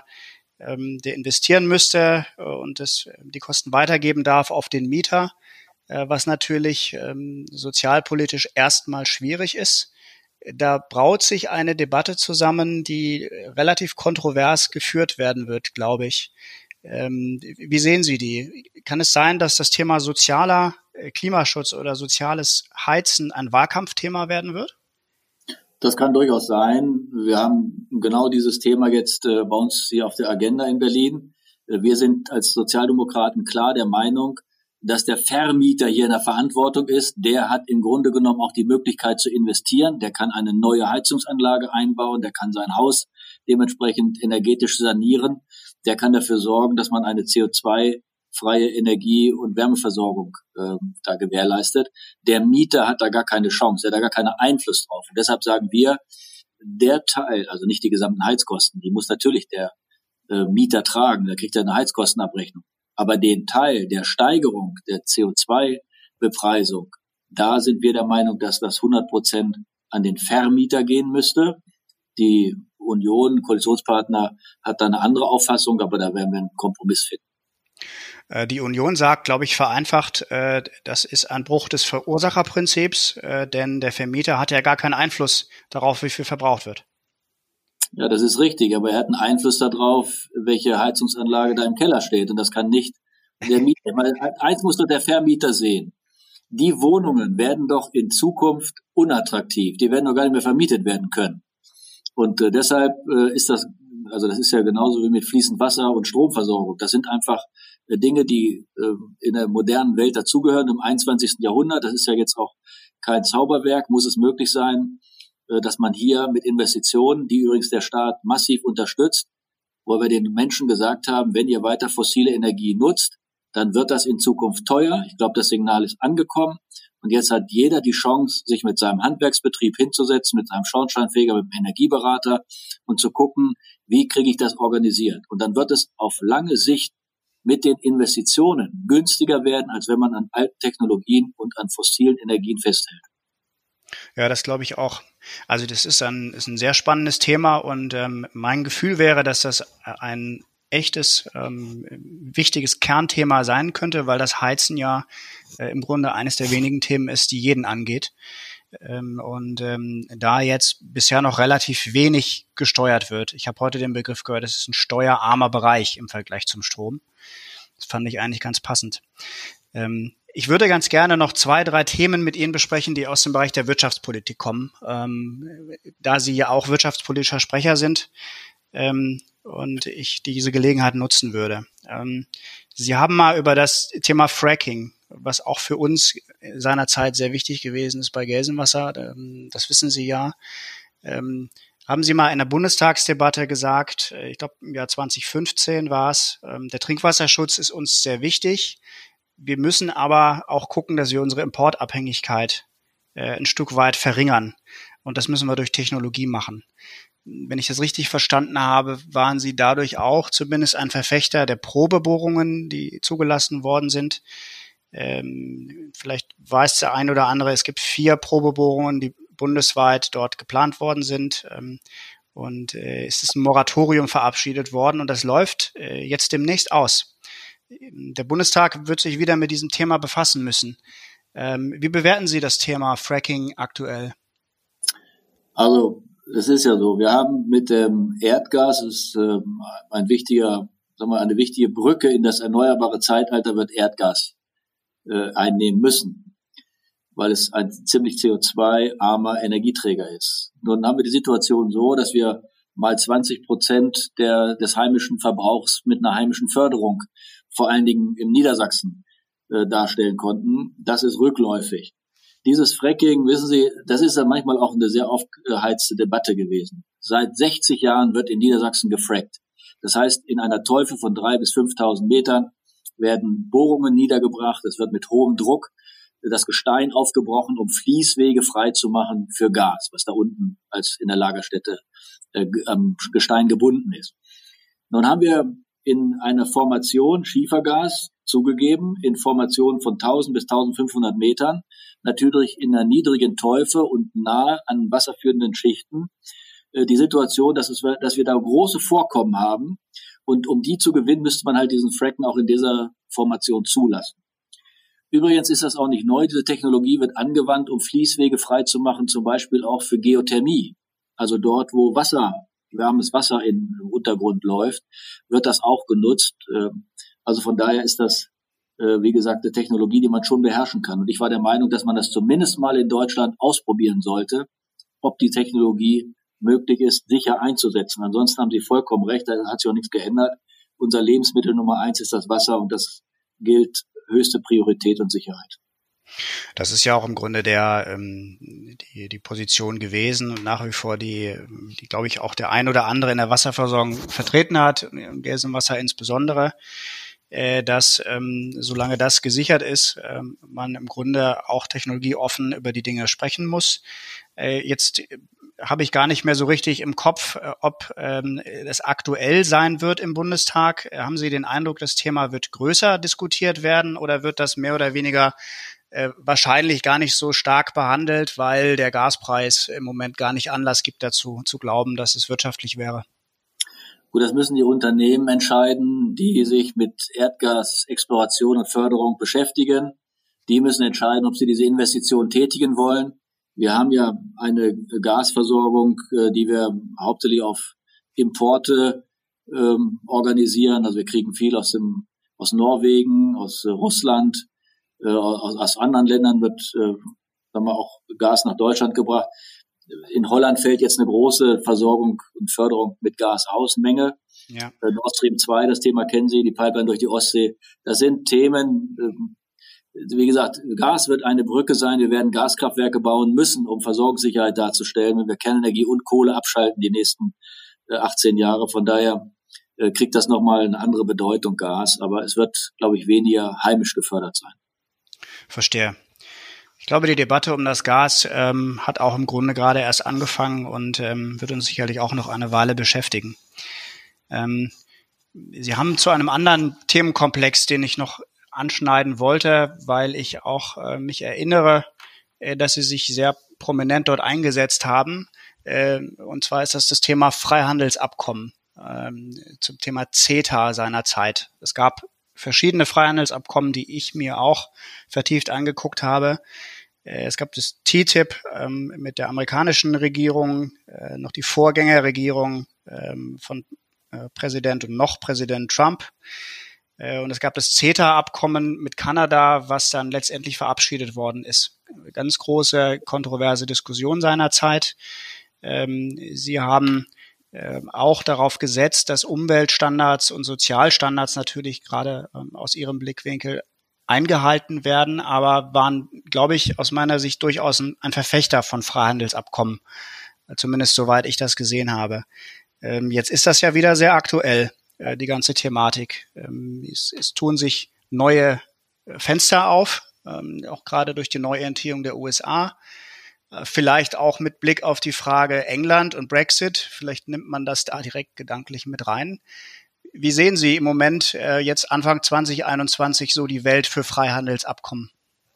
der investieren müsste und das, die Kosten weitergeben darf auf den Mieter, was natürlich ähm, sozialpolitisch erstmal schwierig ist. Da braut sich eine Debatte zusammen, die relativ kontrovers geführt werden wird, glaube ich. Ähm, wie sehen Sie die? Kann es sein, dass das Thema sozialer Klimaschutz oder soziales Heizen ein Wahlkampfthema werden wird? Das kann durchaus sein. Wir haben genau dieses Thema jetzt äh, bei uns hier auf der Agenda in Berlin. Wir sind als Sozialdemokraten klar der Meinung, dass der Vermieter hier in der Verantwortung ist. Der hat im Grunde genommen auch die Möglichkeit zu investieren. Der kann eine neue Heizungsanlage einbauen. Der kann sein Haus dementsprechend energetisch sanieren. Der kann dafür sorgen, dass man eine C O zwei freie Energie- und Wärmeversorgung äh, da gewährleistet. Der Mieter hat da gar keine Chance, er hat da gar keinen Einfluss drauf. Und deshalb sagen wir, der Teil, also nicht die gesamten Heizkosten, die muss natürlich der äh, Mieter tragen, da kriegt er eine Heizkostenabrechnung. Aber den Teil der Steigerung der C O zwei Bepreisung, da sind wir der Meinung, dass das hundert Prozent an den Vermieter gehen müsste. Die Union, Koalitionspartner, hat da eine andere Auffassung, aber da werden wir einen Kompromiss finden. Die Union sagt, glaube ich, vereinfacht, das ist ein Bruch des Verursacherprinzips, denn der Vermieter hat ja gar keinen Einfluss darauf, wie viel verbraucht wird. Ja, das ist richtig, aber er hat einen Einfluss darauf, welche Heizungsanlage da im Keller steht. Und das kann nicht der Mieter. Eins muss doch der Vermieter sehen. Die Wohnungen werden doch in Zukunft unattraktiv. Die werden doch gar nicht mehr vermietet werden können. Und äh, deshalb äh, ist das, also das ist ja genauso wie mit fließend Wasser und Stromversorgung. Das sind einfach äh, Dinge, die äh, in der modernen Welt dazugehören, im einundzwanzigsten Jahrhundert. Das ist ja jetzt auch kein Zauberwerk, muss es möglich sein, äh, dass man hier mit Investitionen, die übrigens der Staat massiv unterstützt, wo wir den Menschen gesagt haben, wenn ihr weiter fossile Energie nutzt, dann wird das in Zukunft teuer. Ich glaube, das Signal ist angekommen. Und jetzt hat jeder die Chance, sich mit seinem Handwerksbetrieb hinzusetzen, mit seinem Schornsteinfeger, mit dem Energieberater und zu gucken, wie kriege ich das organisiert. Und dann wird es auf lange Sicht mit den Investitionen günstiger werden, als wenn man an alten Technologien und an fossilen Energien festhält. Ja, das glaube ich auch. Also das ist ein, ist ein sehr spannendes Thema und ähm, mein Gefühl wäre, dass das ein echtes, ähm, wichtiges Kernthema sein könnte, weil das Heizen ja äh, im Grunde eines der wenigen Themen ist, die jeden angeht. Ähm, und ähm, da jetzt bisher noch relativ wenig gesteuert wird. Ich habe heute den Begriff gehört, es ist ein steuerarmer Bereich im Vergleich zum Strom. Das fand ich eigentlich ganz passend. Ähm, ich würde ganz gerne noch zwei, drei Themen mit Ihnen besprechen, die aus dem Bereich der Wirtschaftspolitik kommen, ähm, da Sie ja auch wirtschaftspolitischer Sprecher sind. Ähm, und ich diese Gelegenheit nutzen würde. Ähm, Sie haben mal über das Thema Fracking, was auch für uns seinerzeit sehr wichtig gewesen ist bei Gelsenwasser, ähm, das wissen Sie ja, ähm, haben Sie mal in der Bundestagsdebatte gesagt, ich glaube im Jahr zwanzig fünfzehn war es, ähm, der Trinkwasserschutz ist uns sehr wichtig. Wir müssen aber auch gucken, dass wir unsere Importabhängigkeit äh, ein Stück weit verringern. Und das müssen wir durch Technologie machen. Wenn ich das richtig verstanden habe, waren Sie dadurch auch zumindest ein Verfechter der Probebohrungen, die zugelassen worden sind. Ähm, vielleicht weiß der ein oder andere, es gibt vier Probebohrungen, die bundesweit dort geplant worden sind. Ähm, und äh, es ist ein Moratorium verabschiedet worden und das läuft äh, jetzt demnächst aus. Der Bundestag wird sich wieder mit diesem Thema befassen müssen. Ähm, wie bewerten Sie das Thema Fracking aktuell? Also es ist ja so, wir haben mit dem Erdgas, das ist ähm, ein wichtiger, sagen wir, eine wichtige Brücke in das erneuerbare Zeitalter, wird Erdgas äh, einnehmen müssen, weil es ein ziemlich C O zwei armer Energieträger ist. Nun haben wir die Situation so, dass wir mal zwanzig Prozent der, des heimischen Verbrauchs mit einer heimischen Förderung, vor allen Dingen im Niedersachsen, äh, darstellen konnten. Das ist rückläufig. Dieses Fracking, wissen Sie, das ist ja manchmal auch eine sehr aufgeheizte Debatte gewesen. Seit sechzig Jahren wird in Niedersachsen gefrackt. Das heißt, in einer Tiefe von drei bis fünftausend Metern werden Bohrungen niedergebracht. Es wird mit hohem Druck das Gestein aufgebrochen, um Fließwege frei zu machen für Gas, was da unten als in der Lagerstätte äh, am Gestein gebunden ist. Nun haben wir in einer Formation Schiefergas zugegeben, in Formationen von tausend bis eintausendfünfhundert Metern, natürlich in einer niedrigen Tiefe und nahe an wasserführenden Schichten, äh, die Situation, dass, es, dass wir da große Vorkommen haben, und um die zu gewinnen, müsste man halt diesen Fracken auch in dieser Formation zulassen. Übrigens ist das auch nicht neu. Diese Technologie wird angewandt, um Fließwege frei zu machen, zum Beispiel auch für Geothermie. Also dort, wo Wasser, warmes Wasser im Untergrund läuft, wird das auch genutzt. Also von daher ist das, wie gesagt, eine Technologie, die man schon beherrschen kann. Und ich war der Meinung, dass man das zumindest mal in Deutschland ausprobieren sollte, ob die Technologie möglich ist, sicher einzusetzen. Ansonsten haben Sie vollkommen recht, da hat sich auch nichts geändert. Unser Lebensmittel Nummer eins ist das Wasser, und das gilt höchste Priorität und Sicherheit. Das ist ja auch im Grunde der ähm, die die Position gewesen und nach wie vor die, die glaube ich auch der ein oder andere in der Wasserversorgung vertreten hat, im Gelsenwasser insbesondere, äh, dass ähm, solange das gesichert ist, äh, man im Grunde auch technologieoffen über die Dinge sprechen muss. Äh, jetzt habe ich gar nicht mehr so richtig im Kopf, ob ähm, das aktuell sein wird im Bundestag. Haben Sie den Eindruck, das Thema wird größer diskutiert werden, oder wird das mehr oder weniger äh, wahrscheinlich gar nicht so stark behandelt, weil der Gaspreis im Moment gar nicht Anlass gibt dazu, zu glauben, dass es wirtschaftlich wäre? Gut, das müssen die Unternehmen entscheiden, die sich mit Erdgasexploration und Förderung beschäftigen. Die müssen entscheiden, ob sie diese Investition tätigen wollen. Wir haben ja eine Gasversorgung, die wir hauptsächlich auf Importe ähm, organisieren. Also wir kriegen viel aus dem aus Norwegen, aus äh, Russland, äh, aus, aus anderen Ländern wird äh, sagen wir auch Gas nach Deutschland gebracht. In Holland fällt jetzt eine große Versorgung und Förderung mit Gas aus, Menge. Ja. Äh, Nord Stream zwei, das Thema kennen Sie, die Pipeline durch die Ostsee. Das sind Themen, äh, wie gesagt, Gas wird eine Brücke sein. Wir werden Gaskraftwerke bauen müssen, um Versorgungssicherheit darzustellen, wenn wir Kernenergie und Kohle abschalten die nächsten äh, achtzehn Jahre. Von daher äh, kriegt das nochmal eine andere Bedeutung, Gas. Aber es wird, glaube ich, weniger heimisch gefördert sein. Verstehe. Ich glaube, die Debatte um das Gas ähm, hat auch im Grunde gerade erst angefangen und ähm, wird uns sicherlich auch noch eine Weile beschäftigen. Ähm, Sie haben zu einem anderen Themenkomplex, den ich noch anschneiden wollte, weil ich auch äh, mich erinnere, äh, dass Sie sich sehr prominent dort eingesetzt haben. Äh, und zwar ist das das Thema Freihandelsabkommen, äh, zum Thema CETA seinerzeit. Es gab verschiedene Freihandelsabkommen, die ich mir auch vertieft angeguckt habe. Äh, es gab das T T I P äh, mit der amerikanischen Regierung, äh, noch die Vorgängerregierung äh, von äh, Präsident und noch Präsident Trump. Und es gab das CETA-Abkommen mit Kanada, was dann letztendlich verabschiedet worden ist. Eine ganz große, kontroverse Diskussion seinerzeit. Sie haben auch darauf gesetzt, dass Umweltstandards und Sozialstandards natürlich gerade aus Ihrem Blickwinkel eingehalten werden, aber waren, glaube ich, aus meiner Sicht durchaus ein Verfechter von Freihandelsabkommen, zumindest soweit ich das gesehen habe. Jetzt ist das ja wieder sehr aktuell, die ganze Thematik. Es, es tun sich neue Fenster auf, auch gerade durch die Neuorientierung der U S A. Vielleicht auch mit Blick auf die Frage England und Brexit. Vielleicht nimmt man das da direkt gedanklich mit rein. Wie sehen Sie im Moment jetzt Anfang zwanzig einundzwanzig so die Welt für Freihandelsabkommen?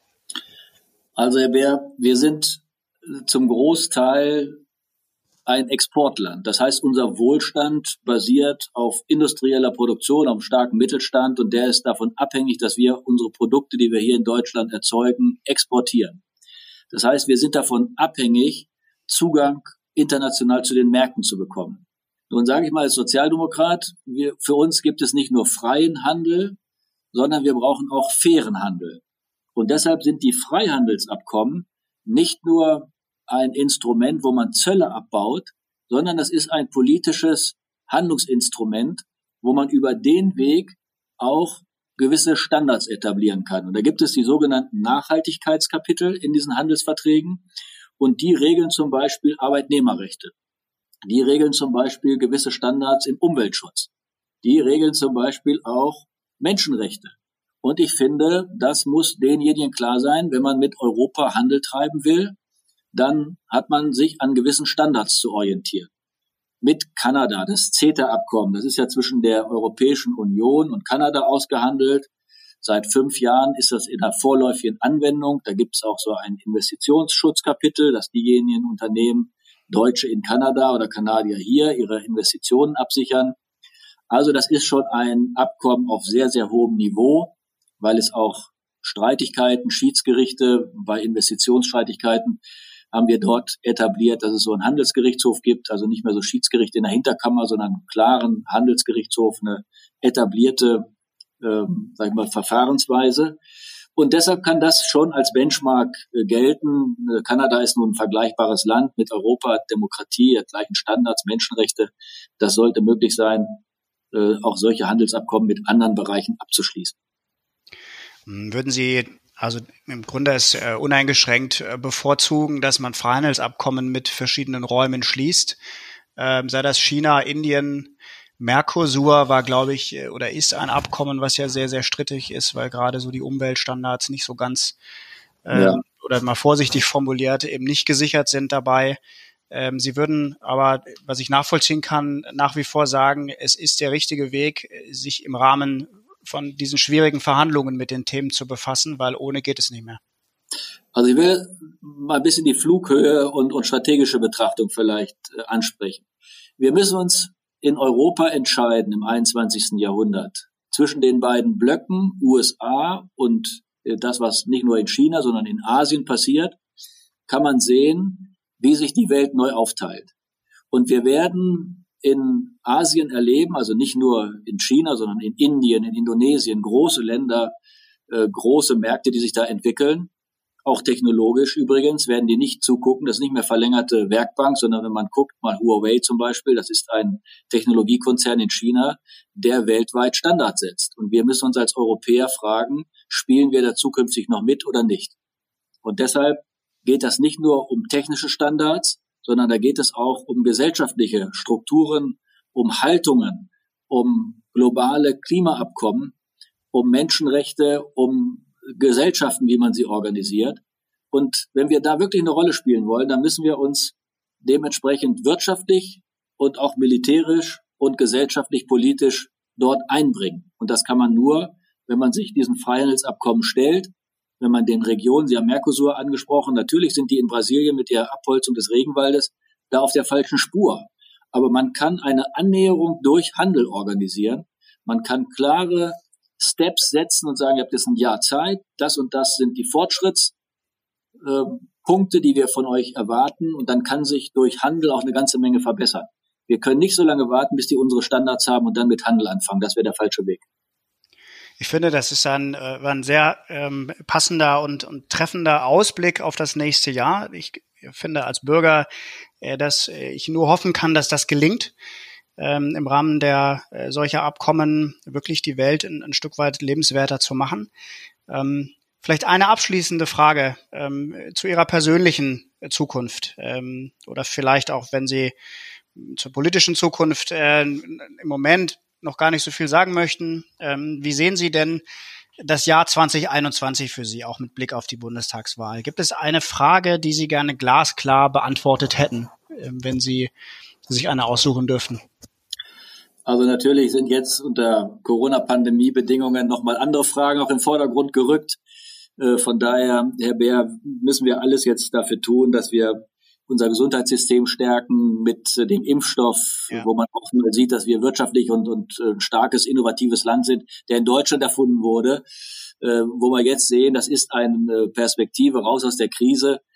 Also Herr Bär, wir sind zum Großteil ein Exportland. Das heißt, unser Wohlstand basiert auf industrieller Produktion, auf einem starken Mittelstand, und der ist davon abhängig, dass wir unsere Produkte, die wir hier in Deutschland erzeugen, exportieren. Das heißt, wir sind davon abhängig, Zugang international zu den Märkten zu bekommen. Nun sage ich mal als Sozialdemokrat, wir, für uns gibt es nicht nur freien Handel, sondern wir brauchen auch fairen Handel. Und deshalb sind die Freihandelsabkommen nicht nur ein Instrument, wo man Zölle abbaut, sondern das ist ein politisches Handlungsinstrument, wo man über den Weg auch gewisse Standards etablieren kann. Und da gibt es die sogenannten Nachhaltigkeitskapitel in diesen Handelsverträgen und die regeln zum Beispiel Arbeitnehmerrechte. Die regeln zum Beispiel gewisse Standards im Umweltschutz. Die regeln zum Beispiel auch Menschenrechte. Und ich finde, das muss denjenigen klar sein, wenn man mit Europa Handel treiben will, dann hat man sich an gewissen Standards zu orientieren. Mit Kanada, das CETA-Abkommen, das ist ja zwischen der Europäischen Union und Kanada ausgehandelt. Seit fünf Jahren ist das in der vorläufigen Anwendung. Da gibt es auch so ein Investitionsschutzkapitel, dass diejenigen Unternehmen, Deutsche in Kanada oder Kanadier hier, ihre Investitionen absichern. Also das ist schon ein Abkommen auf sehr, sehr hohem Niveau, weil es auch Streitigkeiten, Schiedsgerichte bei Investitionsstreitigkeiten haben wir dort etabliert, dass es so einen Handelsgerichtshof gibt, also nicht mehr so Schiedsgericht in der Hinterkammer, sondern einen klaren Handelsgerichtshof, eine etablierte, ähm, sag ich mal, Verfahrensweise. Und deshalb kann das schon als Benchmark äh, gelten. Kanada ist nun ein vergleichbares Land mit Europa, Demokratie, hat gleichen Standards, Menschenrechte. Das sollte möglich sein, äh, auch solche Handelsabkommen mit anderen Bereichen abzuschließen. Würden Sie also im Grunde es äh, uneingeschränkt äh, bevorzugen, dass man Freihandelsabkommen mit verschiedenen Räumen schließt, ähm, sei das China, Indien, Mercosur war, glaube ich, äh, oder ist ein Abkommen, was ja sehr, sehr strittig ist, weil gerade so die Umweltstandards nicht so ganz, äh, ja. oder mal vorsichtig formuliert, eben nicht gesichert sind dabei. Ähm, Sie würden aber, was ich nachvollziehen kann, nach wie vor sagen, es ist der richtige Weg, sich im Rahmen von diesen schwierigen Verhandlungen mit den Themen zu befassen, weil ohne geht es nicht mehr. Also ich will mal ein bisschen die Flughöhe und, und strategische Betrachtung vielleicht äh, ansprechen. Wir müssen uns in Europa entscheiden im einundzwanzigsten Jahrhundert zwischen den beiden Blöcken U S A und äh, das, was nicht nur in China, sondern in Asien passiert, kann man sehen, wie sich die Welt neu aufteilt. Und wir werden in Asien erleben, also nicht nur in China, sondern in Indien, in Indonesien, große Länder, äh, große Märkte, die sich da entwickeln. Auch technologisch übrigens werden die nicht zugucken. Das ist nicht mehr verlängerte Werkbank, sondern wenn man guckt, mal Huawei zum Beispiel, das ist ein Technologiekonzern in China, der weltweit Standard setzt. Und wir müssen uns als Europäer fragen, spielen wir da zukünftig noch mit oder nicht? Und deshalb geht das nicht nur um technische Standards, sondern da geht es auch um gesellschaftliche Strukturen, um Haltungen, um globale Klimaabkommen, um Menschenrechte, um Gesellschaften, wie man sie organisiert. Und wenn wir da wirklich eine Rolle spielen wollen, dann müssen wir uns dementsprechend wirtschaftlich und auch militärisch und gesellschaftlich, politisch dort einbringen. Und das kann man nur, wenn man sich diesen Freihandelsabkommen stellt, wenn man den Regionen, Sie haben Mercosur angesprochen, natürlich sind die in Brasilien mit der Abholzung des Regenwaldes da auf der falschen Spur. Aber man kann eine Annäherung durch Handel organisieren. Man kann klare Steps setzen und sagen, ihr habt jetzt ein Jahr Zeit, das und das sind die Fortschrittspunkte, äh, die wir von euch erwarten. Und dann kann sich durch Handel auch eine ganze Menge verbessern. Wir können nicht so lange warten, bis die unsere Standards haben und dann mit Handel anfangen. Das wäre der falsche Weg. Ich finde, das ist ein, äh, ein sehr ähm, passender und, und treffender Ausblick auf das nächste Jahr. Ich finde als Bürger, äh, dass ich nur hoffen kann, dass das gelingt, ähm, im Rahmen der äh, solcher Abkommen wirklich die Welt ein, ein Stück weit lebenswerter zu machen. Ähm, vielleicht eine abschließende Frage ähm, zu Ihrer persönlichen Zukunft ähm, oder vielleicht auch, wenn Sie zur politischen Zukunft äh, im Moment noch gar nicht so viel sagen möchten. Ähm, wie sehen Sie denn das Jahr zwanzig einundzwanzig für Sie, auch mit Blick auf die Bundestagswahl? Gibt es eine Frage, die Sie gerne glasklar beantwortet hätten, äh, wenn Sie sich eine aussuchen dürften? Also natürlich sind jetzt unter Corona-Pandemie-Bedingungen nochmal andere Fragen auch im Vordergrund gerückt. Äh, von daher, Herr Beer, müssen wir alles jetzt dafür tun, dass wir unser Gesundheitssystem stärken mit äh, dem Impfstoff, ja. Wo man auch mal sieht, dass wir wirtschaftlich und, und äh, ein starkes, innovatives Land sind, der in Deutschland erfunden wurde, äh, wo wir jetzt sehen, das ist eine Perspektive raus aus der Krise.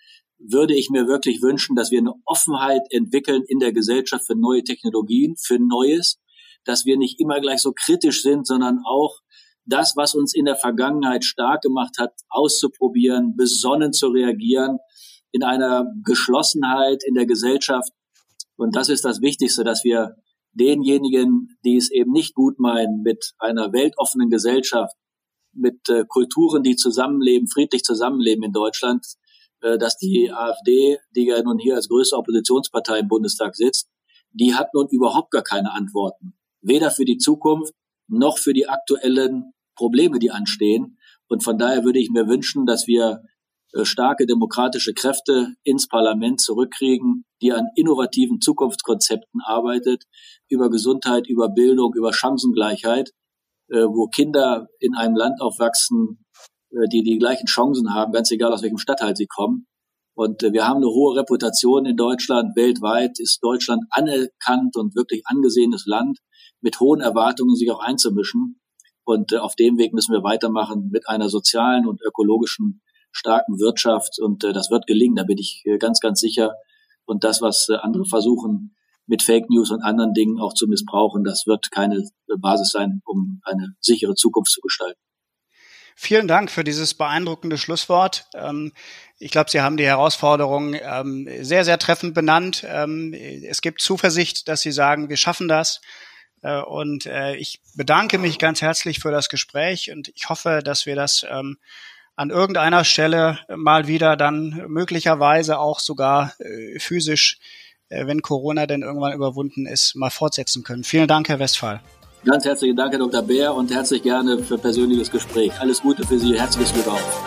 würde ich mir wirklich wünschen, dass wir eine Offenheit entwickeln in der Gesellschaft für neue Technologien, für Neues, dass wir nicht immer gleich so kritisch sind, sondern auch das, was uns in der Vergangenheit stark gemacht hat, auszuprobieren, besonnen zu reagieren, in einer Geschlossenheit in der Gesellschaft. Und das ist das Wichtigste, dass wir denjenigen, die es eben nicht gut meinen, mit einer weltoffenen Gesellschaft, mit äh, Kulturen, die zusammenleben, friedlich zusammenleben in Deutschland, äh, dass die AfD, die ja nun hier als größte Oppositionspartei im Bundestag sitzt, die hat nun überhaupt gar keine Antworten. Weder für die Zukunft noch für die aktuellen Probleme, die anstehen. Und von daher würde ich mir wünschen, dass wir äh, starke demokratische Kräfte ins Parlament zurückkriegen, die an innovativen Zukunftskonzepten arbeitet, über Gesundheit, über Bildung, über Chancengleichheit, wo Kinder in einem Land aufwachsen, die die gleichen Chancen haben, ganz egal aus welchem Stadtteil sie kommen. Und wir haben eine hohe Reputation in Deutschland. Weltweit ist Deutschland anerkannt und wirklich angesehenes Land mit hohen Erwartungen, sich auch einzumischen. Und auf dem Weg müssen wir weitermachen mit einer sozialen und ökologischen starken Wirtschaft. Und das wird gelingen, da bin ich ganz, ganz sicher. Und das, was andere versuchen, mit Fake News und anderen Dingen auch zu missbrauchen, das wird keine Basis sein, um eine sichere Zukunft zu gestalten. Vielen Dank für dieses beeindruckende Schlusswort. Ich glaube, Sie haben die Herausforderung sehr, sehr treffend benannt. Es gibt Zuversicht, dass Sie sagen, wir schaffen das. Und ich bedanke mich ganz herzlich für das Gespräch und ich hoffe, dass wir das an irgendeiner Stelle mal wieder dann möglicherweise auch sogar physisch, wenn Corona denn irgendwann überwunden ist, mal fortsetzen können. Vielen Dank, Herr Westphal. Ganz herzlichen Dank, Herr Doktor Bär, und herzlich gerne für persönliches Gespräch. Alles Gute für Sie, herzliches Glück auf.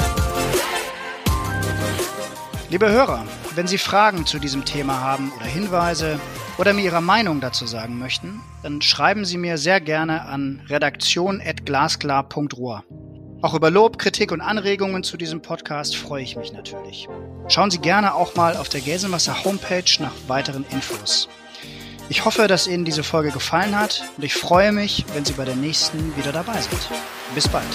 Liebe Hörer, wenn Sie Fragen zu diesem Thema haben oder Hinweise oder mir Ihre Meinung dazu sagen möchten, dann schreiben Sie mir sehr gerne an redaktion at glasklar punkt ruhr. Auch über Lob, Kritik und Anregungen zu diesem Podcast freue ich mich natürlich. Schauen Sie gerne auch mal auf der Gelsenwasser Homepage nach weiteren Infos. Ich hoffe, dass Ihnen diese Folge gefallen hat und ich freue mich, wenn Sie bei der nächsten wieder dabei sind. Bis bald.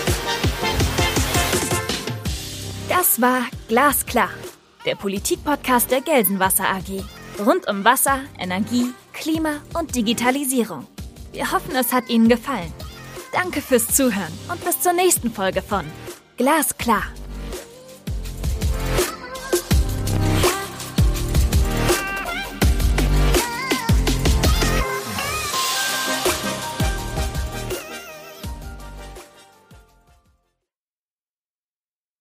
Das war Glasklar, der Politik-Podcast der Gelsenwasser A G. Rund um Wasser, Energie, Klima und Digitalisierung. Wir hoffen, es hat Ihnen gefallen. Danke fürs Zuhören und bis zur nächsten Folge von Glasklar.